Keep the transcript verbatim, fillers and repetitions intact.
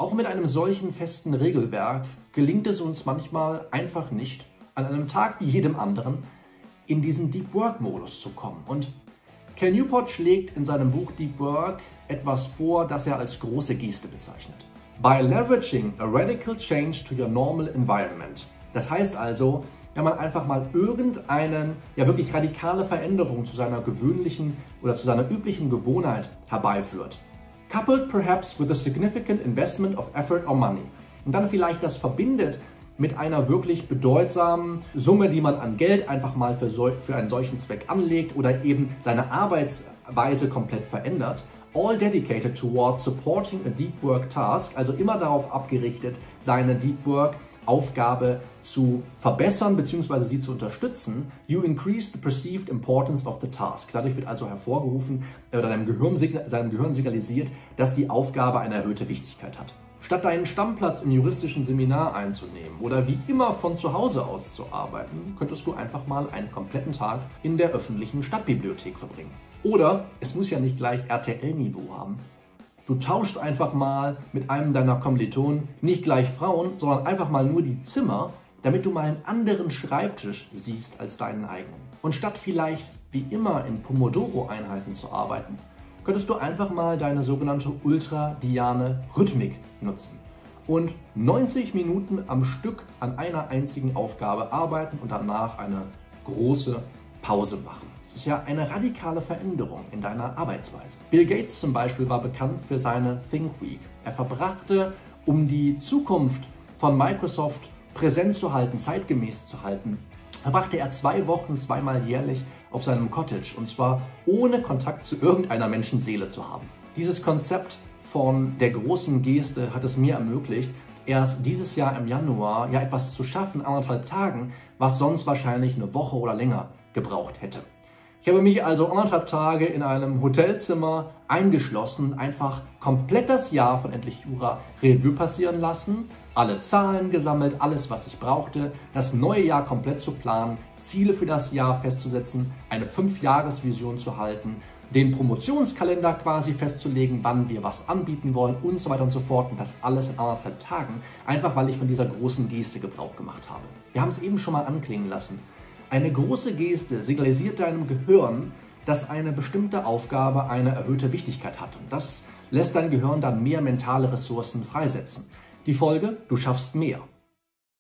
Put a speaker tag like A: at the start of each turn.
A: Auch mit einem solchen festen Regelwerk gelingt es uns manchmal einfach nicht, an einem Tag wie jedem anderen in diesen Deep Work-Modus zu kommen. Und Cal Newport schlägt in seinem Buch Deep Work etwas vor, das er als große Geste bezeichnet. By leveraging a radical change to your normal environment. Das heißt also, wenn man einfach mal irgendeine, ja wirklich radikale Veränderung zu seiner gewöhnlichen oder zu seiner üblichen Gewohnheit herbeiführt. Coupled perhaps with a significant investment of effort or money. Und dann vielleicht das verbindet mit einer wirklich bedeutsamen Summe, die man an Geld einfach mal für, so, für einen solchen Zweck anlegt oder eben seine Arbeitsweise komplett verändert. All dedicated towards supporting a deep work task, also immer darauf abgerichtet, seine Deep Work Aufgabe zu verbessern bzw. sie zu unterstützen. You increase the perceived importance of the task. Dadurch wird also hervorgerufen oder deinem Gehirn, seinem Gehirn signalisiert, dass die Aufgabe eine erhöhte Wichtigkeit hat. Statt deinen Stammplatz im juristischen Seminar einzunehmen oder wie immer von zu Hause aus zu arbeiten, könntest du einfach mal einen kompletten Tag in der öffentlichen Stadtbibliothek verbringen. Oder, es muss ja nicht gleich R T L-Niveau haben, du tauscht einfach mal mit einem deiner Kommilitonen, nicht gleich Frauen, sondern einfach mal nur die Zimmer, damit du mal einen anderen Schreibtisch siehst als deinen eigenen. Und statt vielleicht wie immer in Pomodoro-Einheiten zu arbeiten, könntest du einfach mal deine sogenannte ultradiane Rhythmik nutzen und neunzig Minuten am Stück an einer einzigen Aufgabe arbeiten und danach eine große Pause machen. Das ist ja eine radikale Veränderung in deiner Arbeitsweise. Bill Gates zum Beispiel war bekannt für seine Think Week. Er verbrachte, um die Zukunft von Microsoft präsent zu halten, zeitgemäß zu halten, verbrachte er zwei Wochen, zweimal jährlich auf seinem Cottage und zwar ohne Kontakt zu irgendeiner Menschenseele zu haben. Dieses Konzept von der großen Geste hat es mir ermöglicht, erst dieses Jahr im Januar ja etwas zu schaffen, anderthalb Tagen, was sonst wahrscheinlich eine Woche oder länger gebraucht hätte. Ich habe mich also anderthalb Tage in einem Hotelzimmer eingeschlossen, einfach komplett das Jahr von Endlich Jura Revue passieren lassen, alle Zahlen gesammelt, alles was ich brauchte, das neue Jahr komplett zu planen, Ziele für das Jahr festzusetzen, eine Fünf-Jahres-Vision zu halten, den Promotionskalender quasi festzulegen, wann wir was anbieten wollen und so weiter und so fort und das alles in anderthalb Tagen, einfach weil ich von dieser großen Geste Gebrauch gemacht habe. Wir haben es eben schon mal anklingen lassen. Eine große Geste signalisiert deinem Gehirn, dass eine bestimmte Aufgabe eine erhöhte Wichtigkeit hat. Und das lässt dein Gehirn dann mehr mentale Ressourcen freisetzen. Die Folge, du schaffst mehr.